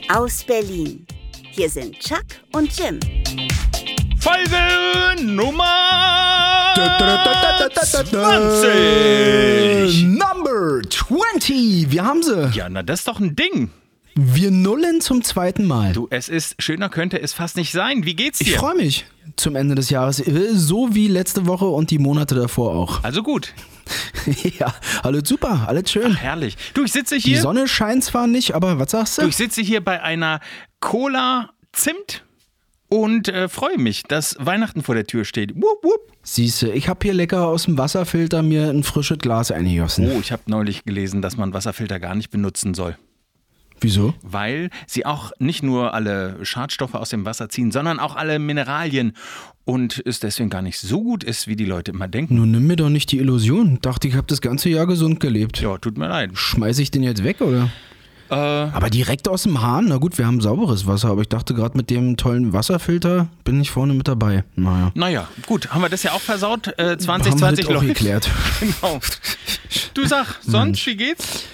aus Berlin. Hier sind Chuck und Jim. Folge Nummer 20. Number 20. Wir haben sie. Ja, na, das ist doch ein Ding. Wir nullen zum zweiten Mal. Du, es ist, schöner könnte es fast nicht sein. Wie geht's dir? Ich freue mich zum Ende des Jahres, so wie letzte Woche und die Monate davor auch. Also gut. Ja, alles super, alles schön. Ach, herrlich. Du, ich sitze Die hier. Sonne scheint zwar nicht, aber was sagst du? Ich sitze hier bei einer Cola Zimt und freue mich, dass Weihnachten vor der Tür steht. Wupp, wupp. Siehste, ich habe hier lecker aus dem Wasserfilter mir ein frisches Glas eingegossen. Oh, ich habe neulich gelesen, dass man Wasserfilter gar nicht benutzen soll. Wieso? Weil sie auch nicht nur alle Schadstoffe aus dem Wasser ziehen, sondern auch alle Mineralien und es deswegen gar nicht so gut ist, wie die Leute immer denken. Nun nimm mir doch nicht die Illusion. Dachte, ich habe das ganze Jahr gesund gelebt. Ja, tut mir leid. Schmeiße ich den jetzt weg, oder? Aber direkt aus dem Hahn? Na gut, wir haben sauberes Wasser, aber ich dachte gerade mit dem tollen Wasserfilter bin ich vorne mit dabei. Naja, gut, haben wir das ja auch versaut. 2020 haben wir das auch läuft. geklärt. Genau. Du sag, sonst, wie geht's?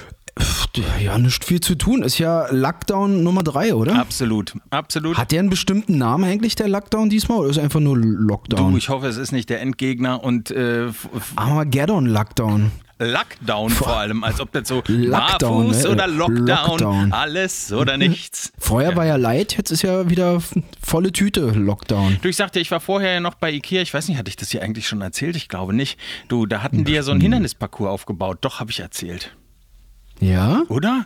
Ja, nicht viel zu tun. Ist ja Lockdown Nummer 3, oder? Absolut, absolut. Hat der einen bestimmten Namen eigentlich, der Lockdown diesmal, oder ist einfach nur Lockdown? Du, ich hoffe, es ist nicht der Endgegner und Armageddon Lockdown. Lockdown vor allem, als ob das so Lockdown, Barfuß ne? oder Lockdown, Lockdown. alles oder nichts. Vorher war ja Light, jetzt ist ja wieder volle Tüte Lockdown. Du, ich sagte, ich war vorher ja noch bei Ikea, ich weiß nicht, hatte ich das hier eigentlich schon erzählt? Ich glaube nicht. Du, da hatten die ja so einen Hindernisparcours aufgebaut, doch, habe ich erzählt. Ja? Oder?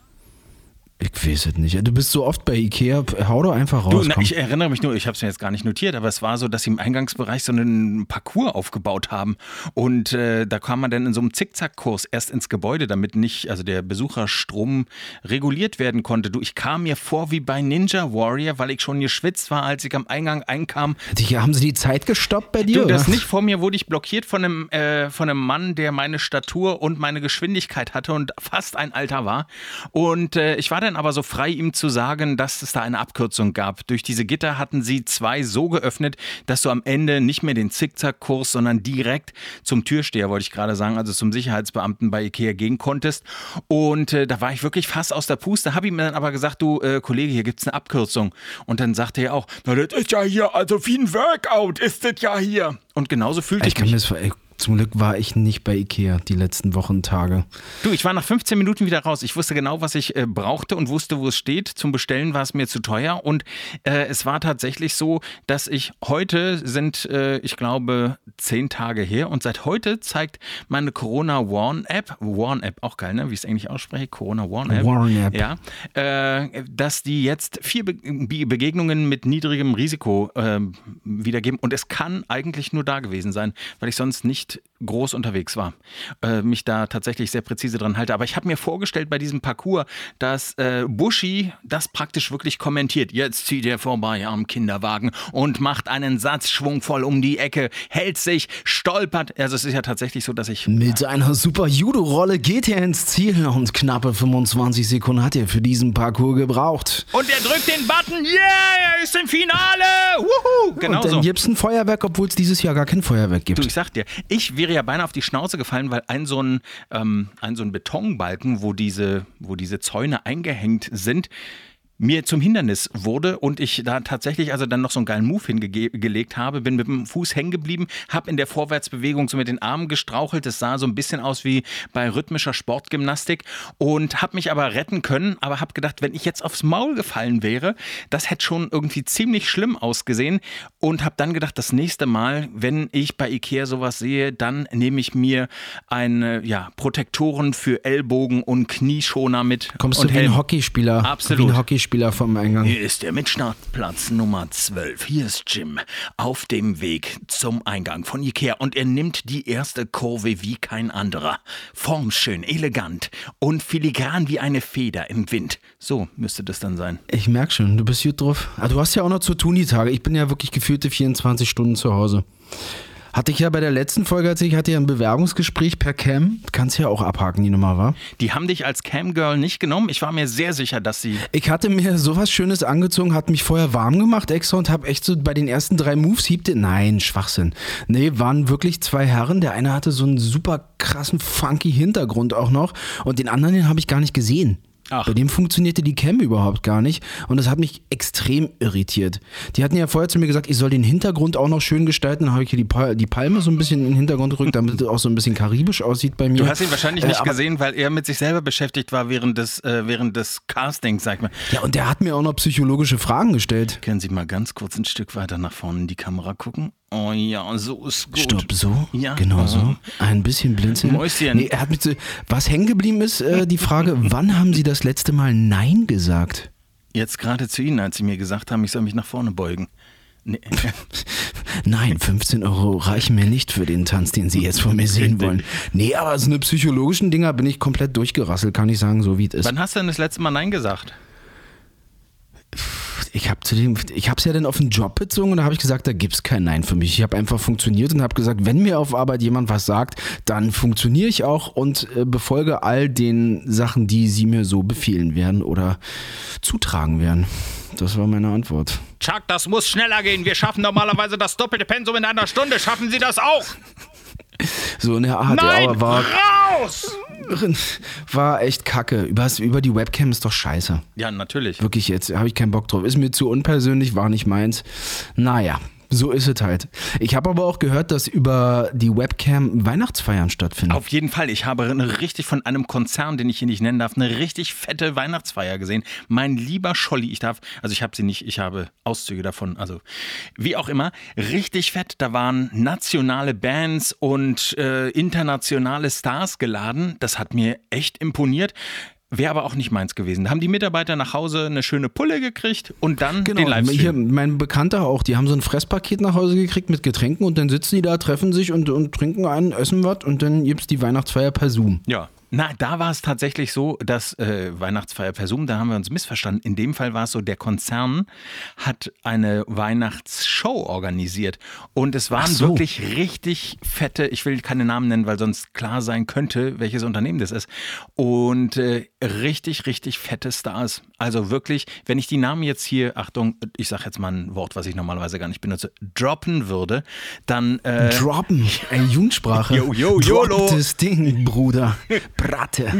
Ich weiß es nicht. Du bist so oft bei Ikea, hau doch einfach raus. Du, ich erinnere mich nur, ich habe es mir jetzt gar nicht notiert, aber es war so, dass sie im Eingangsbereich so einen Parcours aufgebaut haben und da kam man dann in so einem Zickzackkurs erst ins Gebäude, damit nicht, also der Besucherstrom reguliert werden konnte. Du, ich kam mir vor wie bei Ninja Warrior, weil ich schon geschwitzt war, als ich am Eingang einkam. Haben sie die Zeit gestoppt bei dir? Du, das oder? nicht, vor mir wurde ich blockiert von einem Mann, der meine Statur und meine Geschwindigkeit hatte und fast ein Alter war. Und ich war dann aber so frei, ihm zu sagen, dass es da eine Abkürzung gab. Durch diese Gitter hatten sie zwei so geöffnet, dass du am Ende nicht mehr den Zickzackkurs, sondern direkt zum Türsteher, wollte ich gerade sagen, also zum Sicherheitsbeamten bei Ikea gehen konntest. Und da war ich wirklich fast aus der Puste. Habe ihm dann aber gesagt, du Kollege, hier gibt's eine Abkürzung. Und dann sagte er auch, na, das ist ja hier, also wie ein Workout ist das ja hier. Und genauso fühlte ich mich. Zum Glück war ich nicht bei Ikea die letzten Wochentage. Du, ich war nach 15 Minuten wieder raus. Ich wusste genau, was ich brauchte und wusste, wo es steht. Zum Bestellen war es mir zu teuer und es war tatsächlich so, dass heute sind, ich glaube, 10 Tage her und seit heute zeigt meine Corona-Warn-App, Warn-App, auch geil, ne? Wie ich es eigentlich ausspreche, Corona-Warn-App. Warn-App. Ja, dass die jetzt 4 Begegnungen mit niedrigem Risiko wiedergeben und es kann eigentlich nur da gewesen sein, weil ich sonst nicht groß unterwegs war, mich da tatsächlich sehr präzise dran halte. Aber ich habe mir vorgestellt bei diesem Parcours, dass Buschi das praktisch wirklich kommentiert. Jetzt zieht er vorbei am Kinderwagen und macht einen Satz schwungvoll um die Ecke, hält sich, stolpert. Also es ist ja tatsächlich so, dass ich... Mit einer super Judo-Rolle geht er ins Ziel und knappe 25 Sekunden hat er für diesen Parcours gebraucht. Und er drückt den Button, yeah, er ist im Finale, wuhu, genau so. Und dann gibt's ein Feuerwerk, obwohl es dieses Jahr gar kein Feuerwerk gibt. Du, ich sag dir, ich wäre ja beinahe auf die Schnauze gefallen, weil ein so ein Betonbalken, wo diese Zäune eingehängt sind, mir zum Hindernis wurde und ich da tatsächlich also dann noch so einen geilen Move hingelegt habe, bin mit dem Fuß hängen geblieben, habe in der Vorwärtsbewegung so mit den Armen gestrauchelt, das sah so ein bisschen aus wie bei rhythmischer Sportgymnastik und habe mich aber retten können, aber habe gedacht, wenn ich jetzt aufs Maul gefallen wäre, das hätte schon irgendwie ziemlich schlimm ausgesehen und habe dann gedacht, das nächste Mal, wenn ich bei Ikea sowas sehe, dann nehme ich mir Protektoren für Ellbogen und Knieschoner mit. Kommst und du wie ein Hockeyspieler? Absolut. Wie ein Hockeyspieler vom Eingang. Hier ist der Mitstartplatz Nummer 12. Hier ist Jim auf dem Weg zum Eingang von Ikea und er nimmt die erste Kurve wie kein anderer. Formschön, elegant und filigran wie eine Feder im Wind. So müsste das dann sein. Ich merke schon, du bist gut drauf. Aber du hast ja auch noch zu tun die Tage. Ich bin ja wirklich gefühlte 24 Stunden zu Hause. Hatte ich ja bei der letzten Folge erzählt, ich hatte ja ein Bewerbungsgespräch per Cam. Kannst ja auch abhaken, die Nummer, war. Die haben dich als Cam-Girl nicht genommen. Ich war mir sehr sicher, dass sie... Ich hatte mir sowas Schönes angezogen, hat mich vorher warm gemacht extra und habe echt so bei den ersten 3 Moves Nein, Schwachsinn. Nee, waren wirklich 2 Herren. Der eine hatte so einen super krassen, funky Hintergrund auch noch und den anderen, den habe ich gar nicht gesehen. Ach. Bei dem funktionierte die Cam überhaupt gar nicht und das hat mich extrem irritiert. Die hatten ja vorher zu mir gesagt, ich soll den Hintergrund auch noch schön gestalten. Dann habe ich hier die Palme so ein bisschen in den Hintergrund gerückt, damit es auch so ein bisschen karibisch aussieht bei mir. Du hast ihn wahrscheinlich nicht gesehen, weil er mit sich selber beschäftigt war während des Castings, sag mal. Ja, und der hat mir auch noch psychologische Fragen gestellt. Können Sie mal ganz kurz ein Stück weiter nach vorne in die Kamera gucken? Oh ja, so ist gut. Stopp, so? Ja. Genau so. Ein bisschen blinzeln. Mäuschen. Nee, er hat mich was hängen geblieben ist, die Frage, wann haben Sie das letzte Mal Nein gesagt? Jetzt gerade zu Ihnen, als Sie mir gesagt haben, ich soll mich nach vorne beugen. Nee. Nein, 15 Euro reichen mir nicht für den Tanz, den Sie jetzt von mir sehen wollen. Nee, aber so eine psychologischen Dinger bin ich komplett durchgerasselt, kann ich sagen, so wie es ist. Wann hast du denn das letzte Mal Nein gesagt? Ich habe es ja dann auf den Job bezogen und da habe ich gesagt, da gibt es kein Nein für mich. Ich habe einfach funktioniert und habe gesagt, wenn mir auf Arbeit jemand was sagt, dann funktioniere ich auch und befolge all den Sachen, die sie mir so befehlen werden oder zutragen werden. Das war meine Antwort. Chuck, das muss schneller gehen. Wir schaffen normalerweise das doppelte Pensum in einer Stunde. Schaffen Sie das auch? So in der Art, Nein, aber raus! war echt kacke. Über die Webcam ist doch scheiße. Ja, natürlich. Wirklich jetzt, habe ich keinen Bock drauf. Ist mir zu unpersönlich, war nicht meins. Naja, so ist es halt. Ich habe aber auch gehört, dass über die Webcam Weihnachtsfeiern stattfinden. Auf jeden Fall. Ich habe von einem Konzern, den ich hier nicht nennen darf, eine richtig fette Weihnachtsfeier gesehen. Mein lieber Scholli, ich habe sie nicht, ich habe Auszüge davon, also wie auch immer, richtig fett. Da waren nationale Bands und internationale Stars geladen. Das hat mir echt imponiert. Wäre aber auch nicht meins gewesen. Da haben die Mitarbeiter nach Hause eine schöne Pulle gekriegt und dann den Livestream. Hier, mein Bekannter auch, die haben so ein Fresspaket nach Hause gekriegt mit Getränken und dann sitzen die da, treffen sich und trinken einen, essen was und dann gibt's die Weihnachtsfeier per Zoom. Ja. Na, da war es tatsächlich so, dass Weihnachtsfeier per Zoom, da haben wir uns missverstanden. In dem Fall war es so, der Konzern hat eine Weihnachtsshow organisiert und es waren wirklich richtig fette, ich will keine Namen nennen, weil sonst klar sein könnte, welches Unternehmen das ist, und richtig, richtig fette Stars. Also wirklich, wenn ich die Namen jetzt hier, Achtung, ich sag jetzt mal ein Wort, was ich normalerweise gar nicht benutze, droppen würde, dann... droppen? Eine Jugendsprache. YOLO. Drop das Ding, Bruder. Bratte.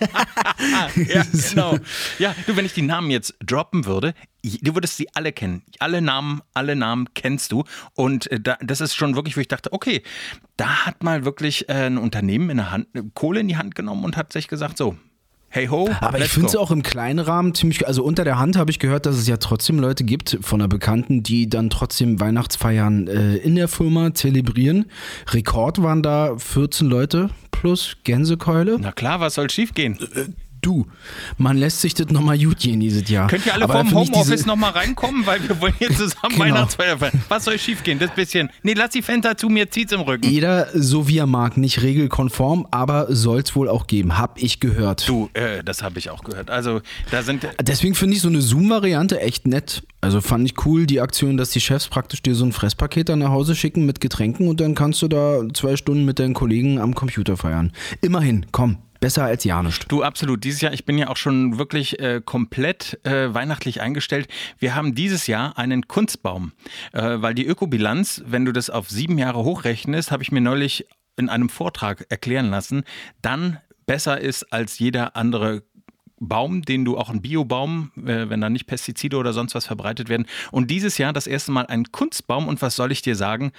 Ja, genau. Ja, du, wenn ich die Namen jetzt droppen würde, du würdest sie alle kennen. Alle Namen kennst du. Und das ist schon wirklich, wo ich dachte, okay, da hat mal wirklich ein Unternehmen Kohle in die Hand genommen und hat sich gesagt, so, hey ho, aber ich finde es auch im kleinen Rahmen ziemlich, also unter der Hand habe ich gehört, dass es ja trotzdem Leute gibt von der Bekannten, die dann trotzdem Weihnachtsfeiern in der Firma zelebrieren. Rekord waren da 14 Leute plus Gänsekeule. Na klar, was soll schief gehen? Du, man lässt sich das nochmal gut gehen dieses Jahr. Könnt ihr alle vom Homeoffice nochmal reinkommen, weil wir wollen hier zusammen Weihnachtsfeier feiern. Was soll schief gehen? Das bisschen. Nee, lass die Fenster zu, mir zieht's im Rücken. Jeder so wie er mag, nicht regelkonform, aber soll's wohl auch geben, hab ich gehört. Du, das habe ich auch gehört. Also, da sind... Deswegen finde ich so eine Zoom-Variante echt nett. Also fand ich cool, die Aktion, dass die Chefs praktisch dir so ein Fresspaket dann nach Hause schicken mit Getränken und dann kannst du da 2 Stunden mit deinen Kollegen am Computer feiern. Immerhin, komm. Besser als ja nicht. Du, absolut. Dieses Jahr, ich bin ja auch schon wirklich komplett weihnachtlich eingestellt. Wir haben dieses Jahr einen Kunstbaum, weil die Ökobilanz, wenn du das auf 7 Jahre hochrechnest, habe ich mir neulich in einem Vortrag erklären lassen, dann besser ist als jeder andere Baum, den du auch ein Biobaum, wenn da nicht Pestizide oder sonst was verbreitet werden. Und dieses Jahr das erste Mal ein Kunstbaum und was soll ich dir sagen?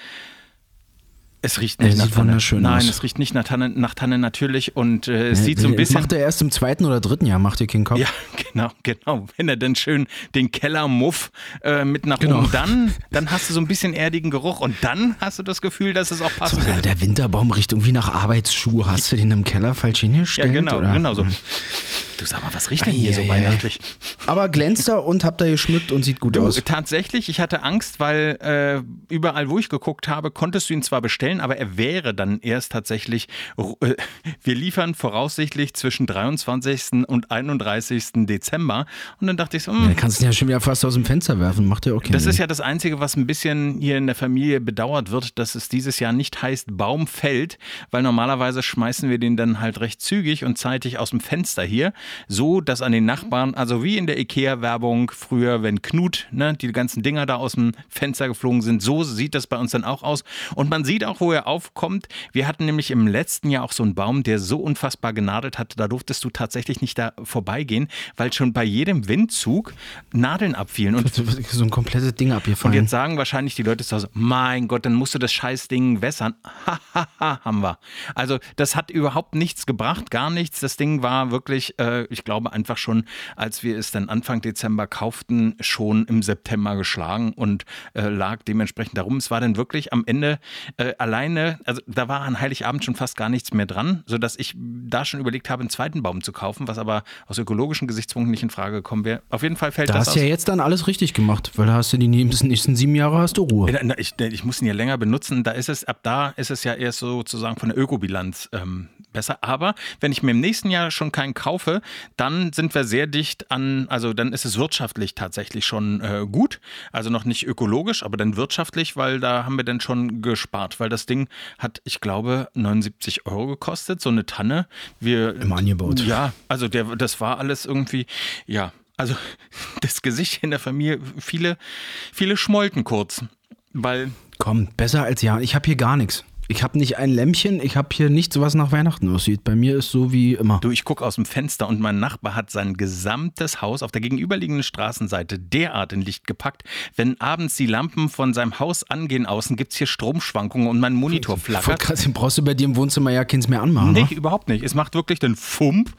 Es riecht nicht nach Tanne. Nein, es riecht nicht nach Tanne natürlich und es sieht so ein bisschen... Macht er erst im 2. oder 3. Jahr, macht ihr keinen Kopf? Ja, genau. Wenn er dann schön den Kellermuff mit nach oben, dann hast du so ein bisschen erdigen Geruch und dann hast du das Gefühl, dass es auch passen könnte. Der Winterbaum riecht irgendwie nach Arbeitsschuh. Hast du den im Keller falsch hingestellt? Ja, genau so. Du, sag mal, was riecht denn hier so weihnachtlich? Aber glänzt er und habt ihr geschmückt und sieht gut aus. Tatsächlich, ich hatte Angst, weil überall, wo ich geguckt habe, konntest du ihn zwar bestellen, aber er wäre dann erst tatsächlich, wir liefern voraussichtlich zwischen 23. und 31. Dezember. Und dann dachte ich so, ja, kannst du ihn ja schon wieder fast aus dem Fenster werfen, macht ja okay. Das ist ja das Einzige, was ein bisschen hier in der Familie bedauert wird, dass es dieses Jahr nicht heißt Baum fällt, weil normalerweise schmeißen wir den dann halt recht zügig und zeitig aus dem Fenster hier. so, dass an den Nachbarn, also wie in der Ikea-Werbung früher, wenn Knut, ne, die ganzen Dinger da aus dem Fenster geflogen sind, so sieht das bei uns dann auch aus. Und man sieht auch, wo er aufkommt. Wir hatten nämlich im letzten Jahr auch so einen Baum, der so unfassbar genadelt hat, da durftest du tatsächlich nicht da vorbeigehen, weil schon bei jedem Windzug Nadeln abfielen. Und so ein komplettes Ding abgefallen. Und jetzt sagen wahrscheinlich die Leute zu Hause, mein Gott, dann musst du das Scheißding wässern. Hahaha, haben wir. Also das hat überhaupt nichts gebracht, gar nichts. Das Ding war wirklich, ich glaube einfach schon, als wir es dann Anfang Dezember kauften, schon im September geschlagen und lag dementsprechend darum. Es war dann wirklich am Ende alleine, also da war an Heiligabend schon fast gar nichts mehr dran, sodass ich da schon überlegt habe, einen zweiten Baum zu kaufen, was aber aus ökologischen Gesichtspunkten nicht in Frage gekommen wäre. Auf jeden Fall fällt da das aus. Da hast du ja jetzt dann alles richtig gemacht, weil da hast du die nächsten 7 Jahre hast du Ruhe. Ich muss ihn ja länger benutzen, ab da ist es ja erst sozusagen von der Ökobilanz besser. Aber wenn ich mir im nächsten Jahr schon keinen kaufe, dann sind wir sehr dicht an, also dann ist es wirtschaftlich tatsächlich schon gut. Also noch nicht ökologisch, aber dann wirtschaftlich, weil da haben wir dann schon gespart, weil das Ding hat, ich glaube, 79 € gekostet, so eine Tanne. Im Angebot. Ja, also das war alles irgendwie, ja, also das Gesicht in der Familie, viele schmollten kurz, weil... Komm, besser als ja, ich habe hier gar nichts. Ich habe nicht ein Lämpchen, ich habe hier nichts, was nach Weihnachten aussieht. Bei mir ist so wie immer. Du, ich gucke aus dem Fenster und mein Nachbar hat sein gesamtes Haus auf der gegenüberliegenden Straßenseite derart in Licht gepackt. Wenn abends die Lampen von seinem Haus angehen außen, gibt es hier Stromschwankungen und mein Monitor flackert. Krass, den brauchst du bei dir im Wohnzimmer ja keins mehr anmachen. Nee, überhaupt nicht. Es macht wirklich den Fump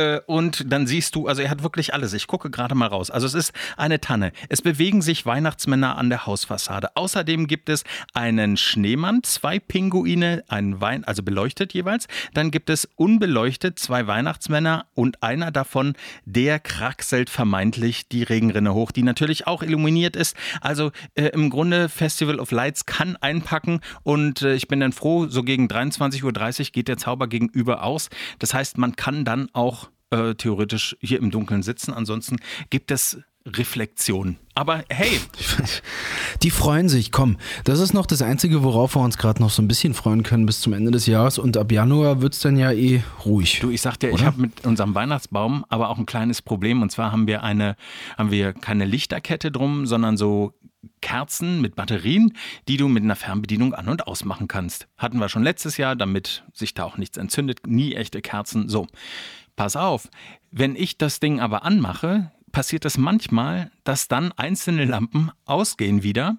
und dann siehst du, also er hat wirklich alles. Ich gucke gerade mal raus. Also es ist eine Tanne. Es bewegen sich Weihnachtsmänner an der Hausfassade. Außerdem gibt es einen Schneemann, 2 Pinguine, ein Wein, also beleuchtet jeweils. Dann gibt es unbeleuchtet 2 Weihnachtsmänner und einer davon, der kraxelt vermeintlich die Regenrinne hoch, die natürlich auch illuminiert ist. Also im Grunde Festival of Lights kann einpacken und ich bin dann froh, so gegen 23:30 Uhr geht der Zauber gegenüber aus. Das heißt, man kann dann auch theoretisch hier im Dunkeln sitzen. Ansonsten gibt es Reflexion. Aber hey. Die freuen sich, komm. Das ist noch das Einzige, worauf wir uns gerade noch so ein bisschen freuen können bis zum Ende des Jahres. Und ab Januar wird es dann ja ruhig. Du, ich sag dir, oder? Ich habe mit unserem Weihnachtsbaum aber auch ein kleines Problem. Und zwar haben wir keine Lichterkette drum, sondern so Kerzen mit Batterien, die du mit einer Fernbedienung an- und ausmachen kannst. Hatten wir schon letztes Jahr, damit sich da auch nichts entzündet. Nie echte Kerzen. So, pass auf. Wenn ich das Ding aber anmache, passiert es manchmal, dass dann einzelne Lampen ausgehen wieder,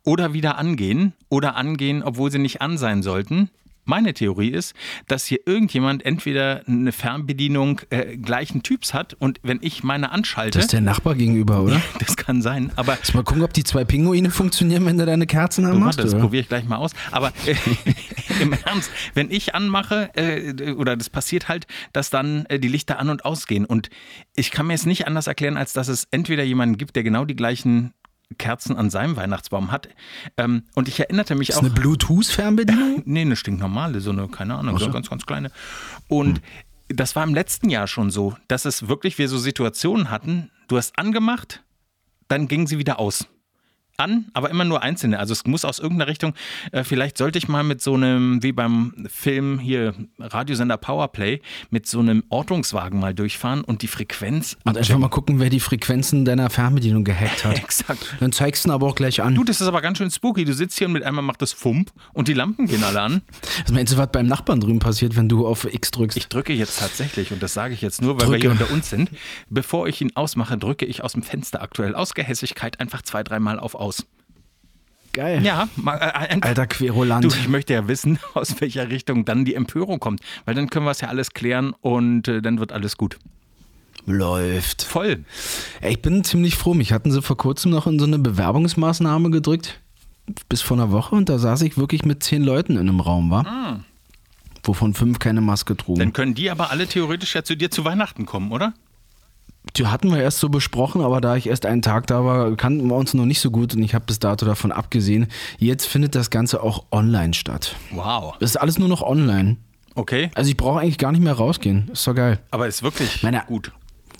obwohl sie nicht an sein sollten. Meine Theorie ist, dass hier irgendjemand entweder eine Fernbedienung gleichen Typs hat und wenn ich meine anschalte... Das ist der Nachbar gegenüber, oder? Das kann sein, aber... Lass mal gucken, ob die 2 Pinguine funktionieren, wenn du deine Kerzen anmachst. Das probiere ich gleich mal aus. Aber im Ernst, wenn ich anmache, oder das passiert halt, dass dann die Lichter an- und ausgehen. Und ich kann mir es nicht anders erklären, als dass es entweder jemanden gibt, der genau die gleichen Kerzen an seinem Weihnachtsbaum hat. Und ich erinnerte mich auch... Ist eine Bluetooth-Fernbedienung? Nee, eine stinknormale, so eine, keine Ahnung, so eine ganz, ganz kleine. Und das war im letzten Jahr schon so, dass es wirklich, wir so Situationen hatten, du hast angemacht, dann ging sie wieder aus. An, aber immer nur einzelne. Also es muss aus irgendeiner Richtung, vielleicht sollte ich mal mit so einem, wie beim Film hier, Radiosender Powerplay, mit so einem Ortungswagen mal durchfahren und die Frequenz... Und einfach mal gucken, wer die Frequenzen deiner Fernbedienung gehackt hat. Exakt. Dann zeigst du ihn aber auch gleich an. Du, das ist aber ganz schön spooky. Du sitzt hier und mit einmal macht das Fump und die Lampen gehen alle an. Was meinst du, was beim Nachbarn drüben passiert, wenn du auf X drückst? Ich drücke jetzt tatsächlich, und das sage ich jetzt nur, weil wir hier unter uns sind, bevor ich ihn ausmache, drücke ich aus dem Fenster aktuell aus Gehässigkeit einfach 2-3 Mal auf Aus. Geil. Ja, alter Querulant. Du, ich möchte ja wissen, aus welcher Richtung dann die Empörung kommt, weil dann können wir es ja alles klären und dann wird alles gut. Läuft. Voll. Ey, ich bin ziemlich froh. Mich hatten sie vor kurzem noch in so eine Bewerbungsmaßnahme gedrückt, bis vor einer Woche, und da saß ich wirklich mit 10 Leuten in einem Raum, wovon 5 keine Maske trugen. Dann können die aber alle theoretisch ja zu dir zu Weihnachten kommen, oder? Die hatten wir erst so besprochen, aber da ich erst einen Tag da war, kannten wir uns noch nicht so gut und ich habe bis dato davon abgesehen. Jetzt findet das Ganze auch online statt. Wow. Das ist alles nur noch online. Okay. Also ich brauche eigentlich gar nicht mehr rausgehen. Ist doch geil. Aber ist wirklich gut.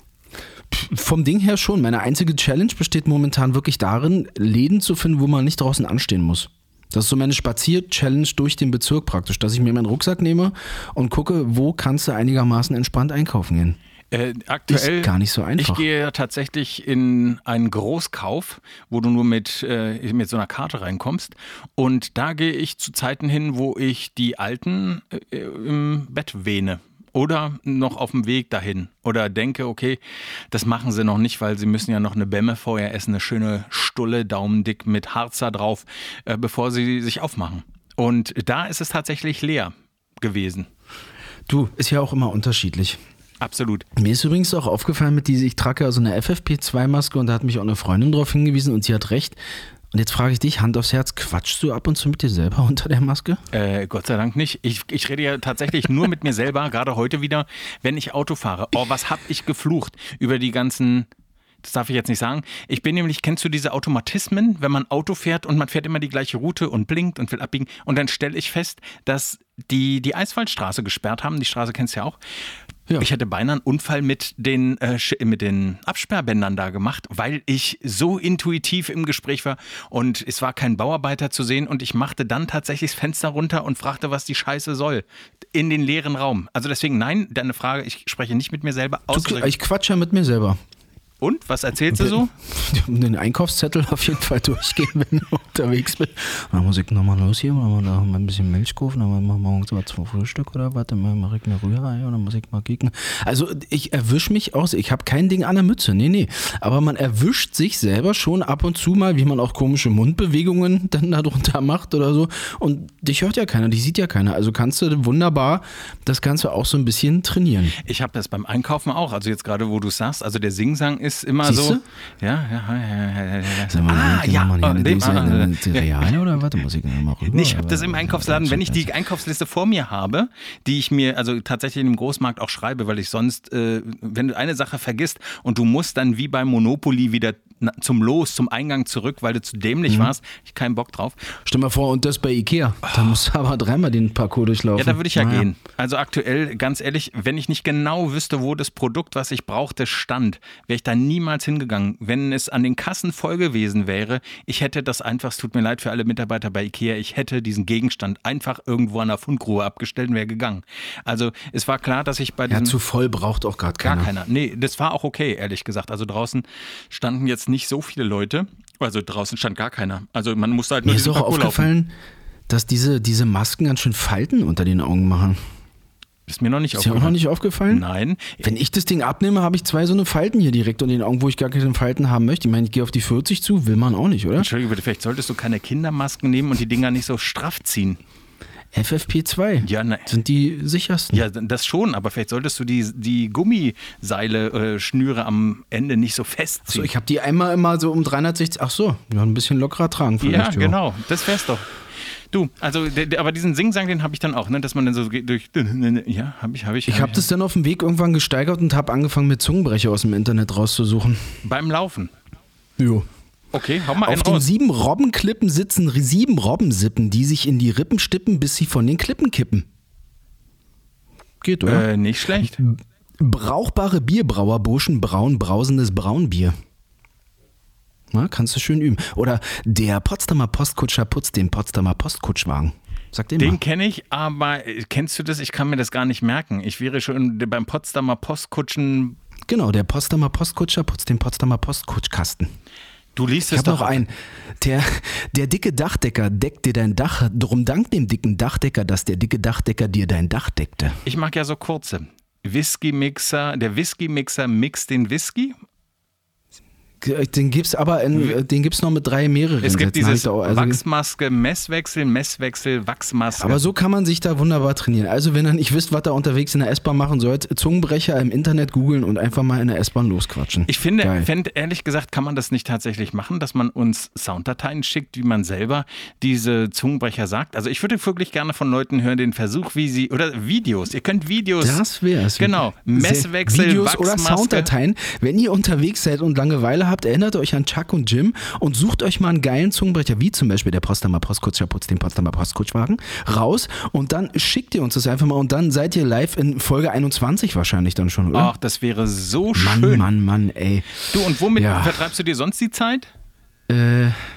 Vom Ding her schon. Meine einzige Challenge besteht momentan wirklich darin, Läden zu finden, wo man nicht draußen anstehen muss. Das ist so meine Spazier-Challenge durch den Bezirk praktisch, dass ich mir meinen Rucksack nehme und gucke, wo kannst du einigermaßen entspannt einkaufen gehen. Aktuell ist gar nicht so einfach. Ich gehe ja tatsächlich in einen Großkauf, wo du nur mit so einer Karte reinkommst. Und da gehe ich zu Zeiten hin, wo ich die Alten im Bett wähne. Oder noch auf dem Weg dahin. Oder denke, okay, das machen sie noch nicht, weil sie müssen ja noch eine Bämme vorher essen, eine schöne Stulle, daumendick mit Harzer drauf, bevor sie sich aufmachen. Und da ist es tatsächlich leer gewesen. Du, ist ja auch immer unterschiedlich. Absolut. Mir ist übrigens auch aufgefallen ich trage ja so eine FFP2-Maske und da hat mich auch eine Freundin drauf hingewiesen und sie hat recht. Und jetzt frage ich dich, Hand aufs Herz, quatschst du ab und zu mit dir selber unter der Maske? Gott sei Dank nicht. Ich rede ja tatsächlich nur mit mir selber, gerade heute wieder, wenn ich Auto fahre. Oh, was hab ich geflucht über die ganzen... Das darf ich jetzt nicht sagen. Ich bin nämlich, kennst du diese Automatismen, wenn man Auto fährt und man fährt immer die gleiche Route und blinkt und will abbiegen und dann stelle ich fest, dass die Eiswaldstraße gesperrt haben. Die Straße kennst du ja auch. Ja. Ich hätte beinahe einen Unfall mit den Absperrbändern da gemacht, weil ich so intuitiv im Gespräch war und es war kein Bauarbeiter zu sehen und ich machte dann tatsächlich das Fenster runter und fragte, was die Scheiße soll. In den leeren Raum. Also deswegen, nein, deine Frage, ich spreche nicht mit mir selber. Ich quatsche ja mit mir selber. Und? Was erzählst du so? Den Einkaufszettel auf jeden Fall durchgehen, wenn du unterwegs bist. Dann muss ich nochmal los hier, mal ein bisschen Milch kaufen, dann machen wir morgens mal 2 Frühstück oder was, dann mache ich eine Rührei oder muss ich mal kicken. Also ich erwische mich aus, ich habe kein Ding an der Mütze, nee. Aber man erwischt sich selber schon ab und zu mal, wie man auch komische Mundbewegungen dann darunter macht oder so. Und dich hört ja keiner, dich sieht ja keiner. Also kannst du wunderbar das Ganze auch so ein bisschen trainieren. Ich habe das beim Einkaufen auch, also jetzt gerade, wo du es sagst, also der Singsang ist immer Siehst so. du? Ja. Sag mal, Real oder was? Muss ich mal rüber? Nee, ich habe das im Einkaufsladen, wenn ich die Einkaufsliste vor mir habe, die ich mir also tatsächlich im Großmarkt auch schreibe, weil ich sonst, wenn du eine Sache vergisst und du musst dann wie beim Monopoly wieder zum Eingang zurück, weil du zu dämlich warst, ich keinen Bock drauf. Stell mal vor, und das bei Ikea. Da musst du aber 3-mal den Parcours durchlaufen. Ja, da würde ich gehen. Also aktuell, ganz ehrlich, wenn ich nicht genau wüsste, wo das Produkt, was ich brauchte, stand, wäre ich da niemals hingegangen. Wenn es an den Kassen voll gewesen wäre, ich hätte das einfach, es tut mir leid für alle Mitarbeiter bei Ikea, ich hätte diesen Gegenstand einfach irgendwo an der Fundgrube abgestellt und wäre gegangen. Also es war klar, dass ich bei diesem... Ja, zu voll braucht auch gerade keiner. Gar keiner. Nee, das war auch okay, ehrlich gesagt. Also draußen standen jetzt nicht so viele Leute. Also draußen stand gar keiner. Also man musste halt nur Mir ist auch aufgefallen, dass diese Masken ganz schön Falten unter den Augen machen. Ist mir noch nicht aufgefallen. Ist dir auch noch nicht aufgefallen? Nein. Wenn ich das Ding abnehme, habe ich 2 so eine Falten hier direkt unter den Augen, wo ich gar keine Falten haben möchte. Ich meine, ich gehe auf die 40 zu, will man auch nicht, oder? Entschuldige bitte, vielleicht solltest du keine Kindermasken nehmen und die Dinger nicht so straff ziehen. FFP2 sind die sichersten. Ja, das schon, aber vielleicht solltest du die Gummiseile, Schnüre am Ende nicht so festziehen. Achso, ich habe die einmal immer so um 360, ein bisschen lockerer tragen vielleicht. Ja, genau, das wär's doch. Du, also, aber diesen Singsang, den habe ich dann auch, ne, dass man dann so durch, ja, habe ich. Ich habe das dann auf dem Weg irgendwann gesteigert und habe angefangen mit Zungenbrecher aus dem Internet rauszusuchen. Beim Laufen? Jo. Okay, hau mal einen raus. Auf den 7 Robbenklippen sitzen 7 Robbensippen, die sich in die Rippen stippen, bis sie von den Klippen kippen. Geht, oder? Nicht schlecht. Brauchbare Bierbrauerburschen brauen brausendes Braunbier. Na, kannst du schön üben. Oder der Potsdamer Postkutscher putzt den Potsdamer Postkutschwagen. Sag den mal. Den kenne ich, aber kennst du das? Ich kann mir das gar nicht merken. Ich wäre schon beim Potsdamer Postkutschen... Genau, der Potsdamer Postkutscher putzt den Potsdamer Postkutschkasten. Du liest es doch. Ich habe noch einen. Der dicke Dachdecker deckt dir dein Dach. Drum dank dem dicken Dachdecker, dass der dicke Dachdecker dir dein Dach deckte. Ich mag ja so kurze. Whisky-Mixer. Der Whisky-Mixer mixt den Whisky. Den gibt's noch mit 3 mehreren. Es gibt dieses Wachsmaske, Messwechsel, Wachsmaske. Aber so kann man sich da wunderbar trainieren. Also wenn ihr nicht wisst, was ihr unterwegs in der S-Bahn machen sollt, Zungenbrecher im Internet googeln und einfach mal in der S-Bahn losquatschen. Ich finde, ehrlich gesagt, kann man das nicht tatsächlich machen, dass man uns Sounddateien schickt, wie man selber diese Zungenbrecher sagt. Also ich würde wirklich gerne von Leuten hören, den Versuch, oder Videos. Ihr könnt Videos. Das wär's. Genau. Messwechsel, Videos Wachsmaske. oder Sounddateien. Wenn ihr unterwegs seid und Langeweile habt, erinnert euch an Chuck und Jim und sucht euch mal einen geilen Zungenbrecher, wie zum Beispiel der Potsdamer Postkutscher putzt den Potsdamer Postkutschwagen, raus und dann schickt ihr uns das einfach mal und dann seid ihr live in Folge 21 wahrscheinlich dann schon, oder? Ach, das wäre so schön. Mann, ey. Du, und womit vertreibst du dir sonst die Zeit?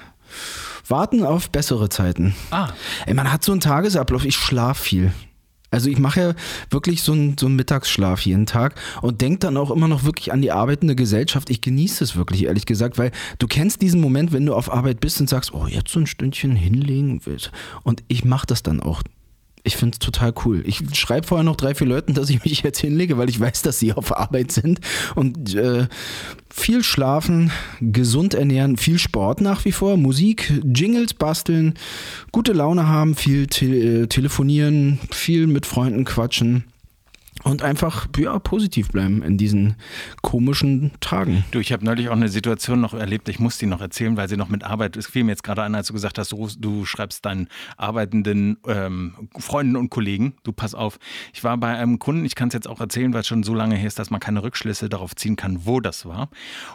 Warten auf bessere Zeiten. Ey, man hat so einen Tagesablauf, ich schlaf viel. Also ich mache ja wirklich so einen Mittagsschlaf jeden Tag und denke dann auch immer noch wirklich an die arbeitende Gesellschaft. Ich genieße es wirklich, ehrlich gesagt, weil du kennst diesen Moment, wenn du auf Arbeit bist und sagst, oh, jetzt so ein Stündchen hinlegen. Und ich mache das dann auch. Ich finde es total cool. Ich schreibe vorher noch 3, 4 Leuten, dass ich mich jetzt hinlege, weil ich weiß, dass sie auf Arbeit sind. Und viel schlafen, gesund ernähren, viel Sport nach wie vor, Musik, Jingles basteln, gute Laune haben, viel telefonieren, viel mit Freunden quatschen. Und einfach, positiv bleiben in diesen komischen Tagen. Du, ich habe neulich auch eine Situation noch erlebt, ich muss die noch erzählen, weil sie noch mit Arbeit, es fiel mir jetzt gerade ein, als du gesagt hast, du schreibst deinen arbeitenden Freunden und Kollegen, du pass auf. Ich war bei einem Kunden, ich kann es jetzt auch erzählen, weil es schon so lange her ist, dass man keine Rückschlüsse darauf ziehen kann, wo das war.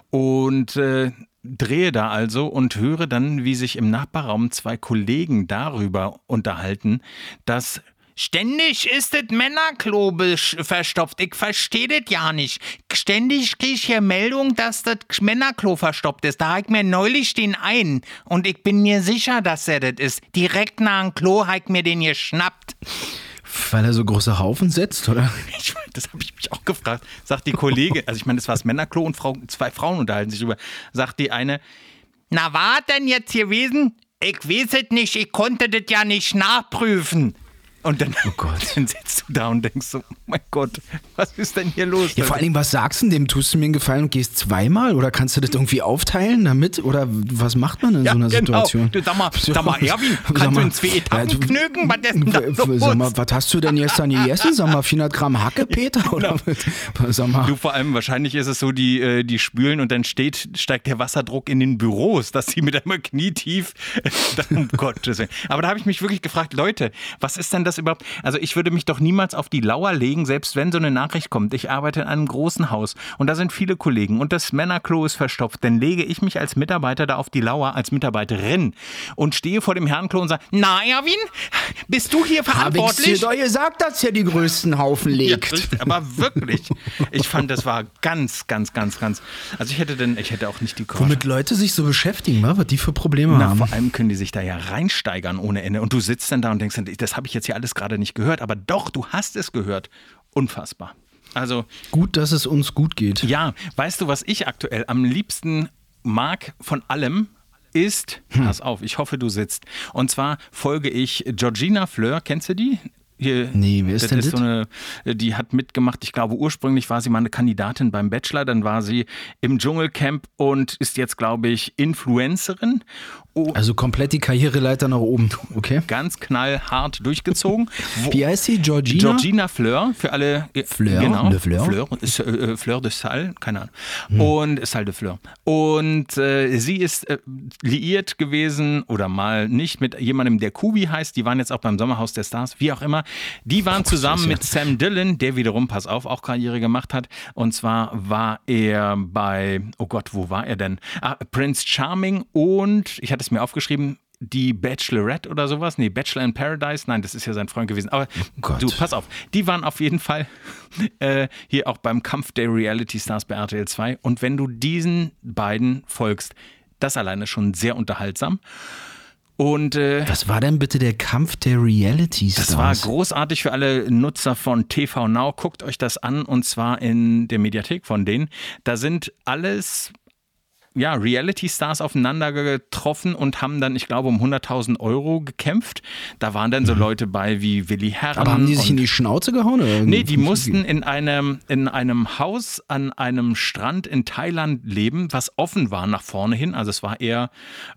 Und drehe da also und höre dann, wie sich im Nachbarraum 2 Kollegen darüber unterhalten, dass ständig ist das Männerklo verstopft. Ich verstehe das ja nicht. Ständig kriege ich hier Meldung, dass das Männerklo verstopft ist. Da habe ich mir neulich den einen. Und ich bin mir sicher, dass er das ist. Direkt nach dem Klo habe ich mir den geschnappt. Weil er so große Haufen setzt, oder? Das habe ich mich auch gefragt. Sagt die Kollegin, also ich meine, das war das Männerklo und 2 Frauen unterhalten sich drüber. Sagt die eine, na war denn jetzt gewesen? Ich weiß es nicht, ich konnte das ja nicht nachprüfen. Und dann, dann sitzt du da und denkst so, oh mein Gott, was ist denn hier los? Ja, vor allen Dingen, was sagst du dem? Tust du mir einen Gefallen und gehst 2-mal? Oder kannst du das irgendwie aufteilen damit? Oder was macht man in so einer Situation? Du, sag mal, Erwin, kannst du in 2 Etappen knögen? Was ist denn da los? Sag mal, was hast du denn gestern gegessen? Sag mal, 400 Gramm Hacke, Peter? Oder sag mal. Du, vor allem, wahrscheinlich ist es so, die spülen und dann steigt der Wasserdruck in den Büros, dass sie mit einmal knietief, um Gottes Willen. Aber da habe ich mich wirklich gefragt, Leute, was ist denn das überhaupt? Also ich würde mich doch niemals auf die Lauer legen, selbst wenn so eine Nachricht kommt. Ich arbeite in einem großen Haus und da sind viele Kollegen und das Männerklo ist verstopft. Dann lege ich mich als Mitarbeiter da auf die Lauer, als Mitarbeiterin und stehe vor dem Herrenklo und sage, na Erwin, bist du hier verantwortlich? Hab ich dir doch gesagt, dass ihr die größten Haufen legt. Ja, aber wirklich. Ich fand, das war ganz. Also ich hätte auch nicht die Courage. Womit Leute sich so beschäftigen, was die für Probleme haben. Vor allem können die sich da ja reinsteigern ohne Ende. Und du sitzt dann da und denkst, das habe ich jetzt hier alles gerade nicht gehört. Aber doch, du hast es gehört. Unfassbar. Also gut, dass es uns gut geht. Ja, weißt du, was ich aktuell am liebsten mag von allem? Ist, pass auf, ich hoffe, du sitzt. Und zwar folge ich Georgina Fleur, kennst du die? Hier, nee, wer ist denn das? So die hat mitgemacht, ich glaube ursprünglich war sie mal eine Kandidatin beim Bachelor, dann war sie im Dschungelcamp und ist jetzt, glaube ich, Influencerin. Also komplett die Karriereleiter nach oben, okay? Ganz knallhart durchgezogen. Wie heißt sie? Georgina? Georgina Fleur, für alle. Fleur? Genau. Le Fleur? Fleur de Sal, keine Ahnung. Und Sal de Fleur. Und sie ist liiert gewesen oder mal nicht mit jemandem, der Kubi heißt. Die waren jetzt auch beim Sommerhaus der Stars, wie auch immer. Die waren zusammen mit Sam Dillon, der wiederum, pass auf, auch Karriere gemacht hat. Und zwar war er bei, oh Gott, wo war er denn? Prince Charming und, ich hatte es mir aufgeschrieben, die Bachelorette oder sowas. Nee, Bachelor in Paradise. Nein, das ist ja sein Freund gewesen. Aber du, pass auf. Die waren auf jeden Fall hier auch beim Kampf der Reality Stars bei RTL 2. Und wenn du diesen beiden folgst, das alleine schon sehr unterhaltsam. Und, was war denn bitte der Kampf der Reality Stars? Das war großartig für alle Nutzer von TV Now. Guckt euch das an und zwar in der Mediathek von denen. Da sind alles Reality-Stars aufeinander getroffen und haben dann, ich glaube, um 100.000 € gekämpft. Da waren dann so Leute bei wie Willi Herren. Aber haben die sich in die Schnauze gehauen? Oder? Nee, die mussten in einem Haus an einem Strand in Thailand leben, was offen war nach vorne hin. Also es war eher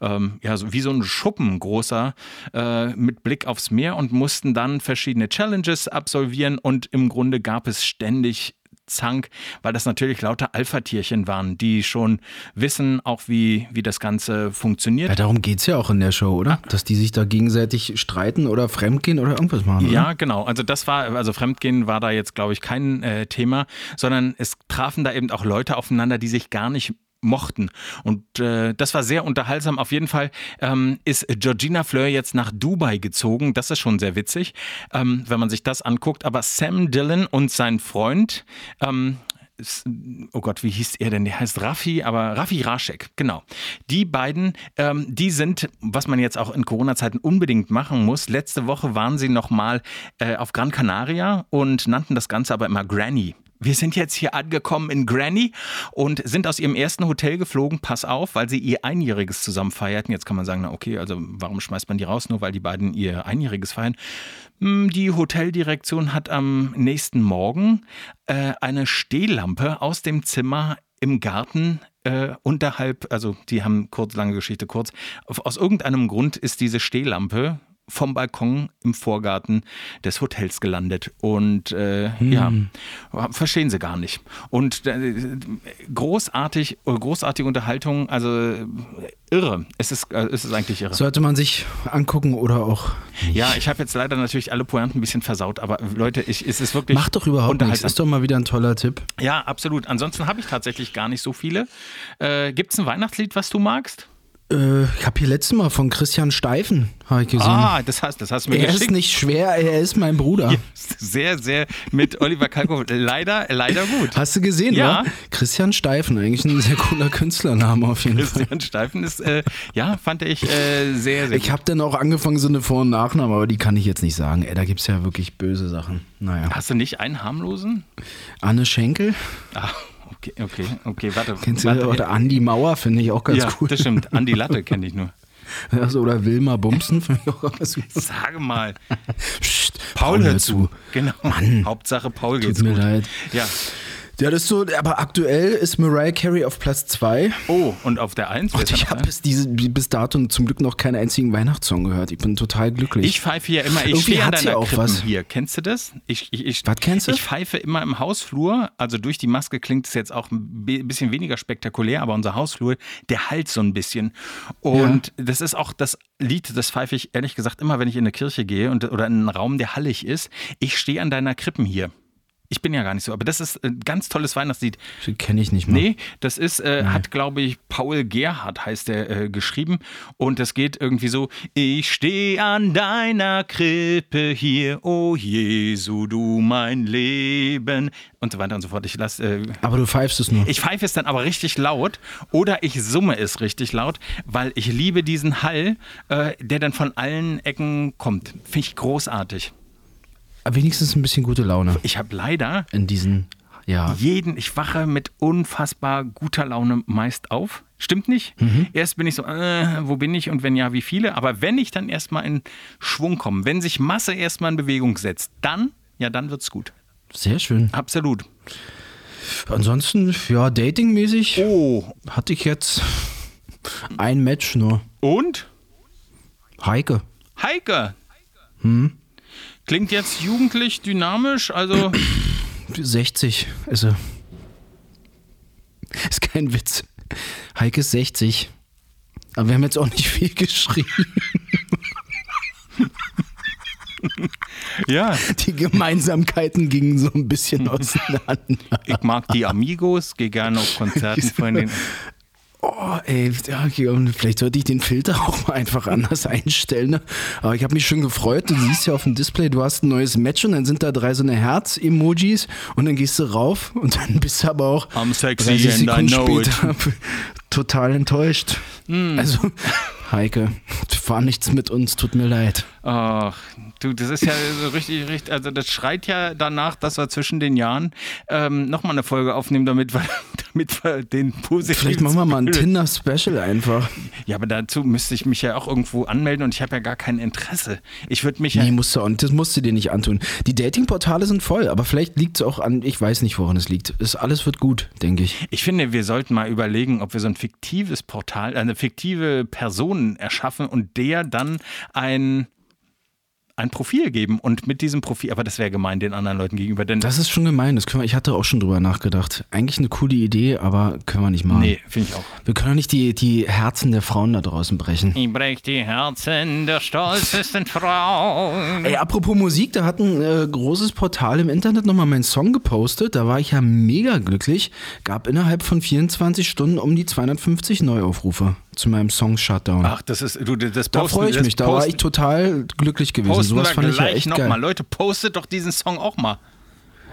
so wie so ein Schuppen großer mit Blick aufs Meer und mussten dann verschiedene Challenges absolvieren und im Grunde gab es ständig Zank, weil das natürlich lauter Alpha-Tierchen waren, die schon wissen, auch wie das Ganze funktioniert. Ja, darum geht es ja auch in der Show, oder? Dass die sich da gegenseitig streiten oder fremdgehen oder irgendwas machen, oder? Ja, genau. Also Fremdgehen war da jetzt, glaube ich, kein Thema, sondern es trafen da eben auch Leute aufeinander, die sich gar nicht mochten. Und das war sehr unterhaltsam. Auf jeden Fall ist Georgina Fleur jetzt nach Dubai gezogen. Das ist schon sehr witzig, wenn man sich das anguckt. Aber Sam Dillon und sein Freund oh Gott, wie hieß er denn? Der heißt Raffi Raschek, genau. Die beiden, die sind, was man jetzt auch in Corona-Zeiten unbedingt machen muss. Letzte Woche waren sie nochmal auf Gran Canaria und nannten das Ganze aber immer Granny. Wir sind jetzt hier angekommen in Granny und sind aus ihrem ersten Hotel geflogen, pass auf, weil sie ihr Einjähriges zusammen feierten. Jetzt kann man sagen, na okay, also warum schmeißt man die raus, nur weil die beiden ihr Einjähriges feiern? Die Hoteldirektion hat am nächsten Morgen eine Stehlampe aus dem Zimmer im Garten unterhalb, also die haben lange Geschichte kurz, aus irgendeinem Grund ist diese Stehlampe vom Balkon im Vorgarten des Hotels gelandet. Und ja, verstehen sie gar nicht. Und großartige Unterhaltung, also irre. Es ist eigentlich irre. Sollte man sich angucken oder auch nicht. Ja, ich habe jetzt leider natürlich alle Pointen ein bisschen versaut, aber Leute, es ist wirklich Mach doch überhaupt nichts. Ist doch mal wieder ein toller Tipp. Ja, absolut. Ansonsten habe ich tatsächlich gar nicht so viele. Gibt es ein Weihnachtslied, was du magst? Ich habe hier letztes Mal von Christian Steifen gesehen. Ah, das hast du mir geschickt. Er ist nicht schwer, er ist mein Bruder. Ja, sehr, sehr mit Oliver Kalkofe. Leider gut. Hast du gesehen, ja? Wa? Christian Steifen, eigentlich ein sehr cooler Künstlername auf jeden Fall. Christian Steifen ist, fand ich sehr, sehr gut. Ich habe dann auch angefangen, so eine Vor- und Nachname, aber die kann ich jetzt nicht sagen. Da gibt es ja wirklich böse Sachen. Naja. Hast du nicht einen harmlosen? Anne Schenkel? Ach. Okay, warte. Kennst du, oder Andi Mauer finde ich auch ganz cool. Ja, das stimmt. Andi Latte kenne ich nur. Also, oder Wilma Bumsen finde ich auch ganz gut. Sage mal. Psst, Paul hört zu. Genau. Mann. Hauptsache Paul geht's Tut mir gut. leid. Ja. Ja, das ist so, aber aktuell ist Mariah Carey auf Platz 2. Oh, und auf der 1? Und ich habe bis dato zum Glück noch keinen einzigen Weihnachtssong gehört. Ich bin total glücklich. Ich pfeife ja immer, ich stehe an deiner Krippen hier. Kennst du das? Was kennst du? Ich pfeife immer im Hausflur, also durch die Maske klingt es jetzt auch ein bisschen weniger spektakulär, aber unser Hausflur, der hallt so ein bisschen. Und das ist auch das Lied, das pfeife ich ehrlich gesagt immer, wenn ich in eine Kirche gehe oder in einen Raum, der hallig ist. Ich stehe an deiner Krippen hier. Ich bin ja gar nicht so, aber das ist ein ganz tolles Weihnachtslied. Kenne ich nicht mehr. Nee, das ist, hat glaube ich Paul Gerhardt heißt der geschrieben und das geht irgendwie so, ich stehe an deiner Krippe hier, oh Jesu, du mein Leben und so weiter und so fort. Aber du pfeifst es nur. Ich pfeife es dann aber richtig laut oder ich summe es richtig laut, weil ich liebe diesen Hall, der dann von allen Ecken kommt. Finde ich großartig. Aber wenigstens ein bisschen gute Laune. Ich habe leider in diesen, ich wache mit unfassbar guter Laune meist auf. Stimmt nicht? Erst bin ich so, wo bin ich und wenn ja, wie viele? Aber wenn ich dann erstmal in Schwung komme, wenn sich Masse erstmal in Bewegung setzt, dann wird's gut. Sehr schön. Absolut. Ansonsten, datingmäßig hatte ich jetzt ein Match nur. Und? Heike. Klingt jetzt jugendlich, dynamisch, also 60 ist er. Ist kein Witz. Heike ist 60. Aber wir haben jetzt auch nicht viel geschrieben. Ja. Die Gemeinsamkeiten gingen so ein bisschen auseinander. Ich mag die Amigos, gehe gerne auf Konzerten von denen. Oh, ey, vielleicht sollte ich den Filter auch mal einfach anders einstellen. Ne? Aber ich habe mich schon gefreut. Du siehst ja auf dem Display, du hast ein neues Match und dann sind da 3 so eine Herz-Emojis und dann gehst du rauf und dann bist du aber auch I'm sexy and I know it. Total enttäuscht. Also, Heike, war nichts mit uns, tut mir leid. Ach, du, das ist ja so richtig, also das schreit ja danach, dass wir zwischen den Jahren nochmal eine Folge aufnehmen, damit wir den positiven... Vielleicht machen wir mal ein Tinder-Special einfach. Ja, aber dazu müsste ich mich ja auch irgendwo anmelden und ich habe ja gar kein Interesse. Ich würde mich Nee, musst du auch nicht, das musst du dir nicht antun. Die Datingportale sind voll, aber vielleicht liegt es auch an, ich weiß nicht, woran es liegt. Alles wird gut, denke ich. Ich finde, wir sollten mal überlegen, ob wir so ein fiktives Portal, eine fiktive Person erschaffen und der dann ein Profil geben und mit diesem Profil, aber das wäre gemein den anderen Leuten gegenüber. Denn das ist schon gemein, ich hatte auch schon drüber nachgedacht. Eigentlich eine coole Idee, aber können wir nicht machen. Nee, finde ich auch. Wir können doch nicht die Herzen der Frauen da draußen brechen. Ich brech die Herzen der stolzesten Frauen. Ey, apropos Musik, da hat ein großes Portal im Internet nochmal meinen Song gepostet. Da war ich ja mega glücklich. Gab innerhalb von 24 Stunden um die 250 Neuaufrufe zu meinem Song Shutdown. Ach, das ist, du, das da freue ich mich, da war ich total glücklich gewesen. Posten sowas wir fand ich ja gleich echt nochmal. geil. Leute, postet doch diesen Song auch mal.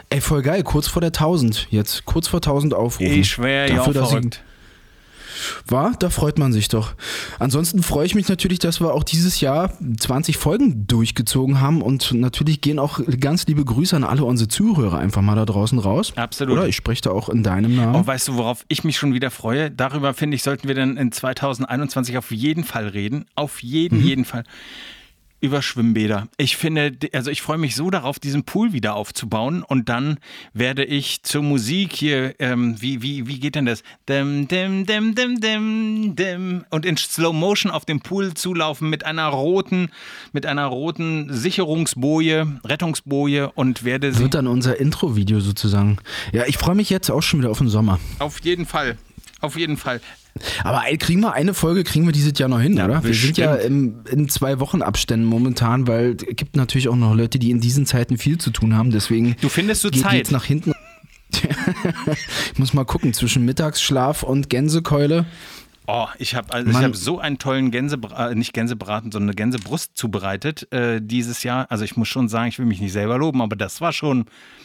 Ey, voll geil, kurz vor der 1000 jetzt, kurz vor 1000 Aufrufen. Ich schwöre, ja, verrückt. Da freut man sich doch. Ansonsten freue ich mich natürlich, dass wir auch dieses Jahr 20 Folgen durchgezogen haben und natürlich gehen auch ganz liebe Grüße an alle unsere Zuhörer einfach mal da draußen raus. Absolut. Oder ich spreche da auch in deinem Namen. Oh, weißt du, worauf ich mich schon wieder freue? Darüber, finde ich, sollten wir dann in 2021 auf jeden Fall reden. Auf jeden Fall. Über Schwimmbäder. Ich finde, also ich freue mich so darauf, diesen Pool wieder aufzubauen und dann werde ich zur Musik hier, wie geht denn das? Dim, dim, dim, dim, dim, dim. Und in Slow Motion auf dem Pool zulaufen mit einer roten Sicherungsboje, Rettungsboje und werde sie... Wird dann unser Intro-Video sozusagen. Ja, ich freue mich jetzt auch schon wieder auf den Sommer. Auf jeden Fall. Aber kriegen wir dieses Jahr noch hin, Ja, oder? bestimmt. Wir sind ja in 2 Wochen Abständen momentan, weil es gibt natürlich auch noch Leute, die in diesen Zeiten viel zu tun haben, deswegen Du findest so geht Zeit. jetzt nach hinten. Ich muss mal gucken, zwischen Mittagsschlaf und Gänsekeule. Oh, ich habe so einen tollen nicht Gänsebraten, sondern eine Gänsebrust zubereitet dieses Jahr. Also ich muss schon sagen, ich will mich nicht selber loben, aber das war schon...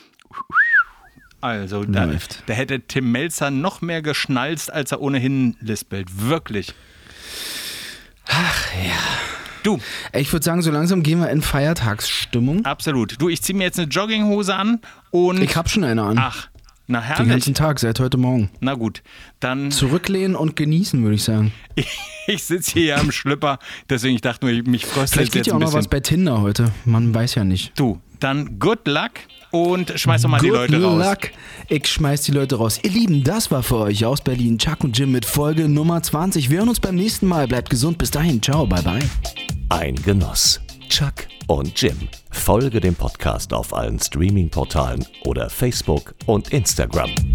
Also, da hätte Tim Melzer noch mehr geschnalzt, als er ohnehin lispelt. Wirklich. Ach ja. Du. Ich würde sagen, so langsam gehen wir in Feiertagsstimmung. Absolut. Du, ich ziehe mir jetzt eine Jogginghose an und... Ich habe schon eine an. Ach, na herrlich. Den ganzen Tag, seit heute Morgen. Na gut, dann... Zurücklehnen und genießen, würde ich sagen. Ich sitze hier ja im Schlüpper, deswegen ich dachte nur, mich fröstelt Vielleicht geht jetzt ja ein auch noch bisschen. was bei Tinder heute. Man weiß ja nicht. Du, dann good luck und schmeiß doch mal die Leute raus. Good luck. Ich schmeiß die Leute raus. Ihr Lieben, das war für euch aus Berlin Chuck und Jim mit Folge Nummer 20. Wir hören uns beim nächsten Mal. Bleibt gesund. Bis dahin. Ciao. Bye, bye. Ein Genuss. Chuck und Jim. Folge dem Podcast auf allen Streaming-Portalen oder Facebook und Instagram.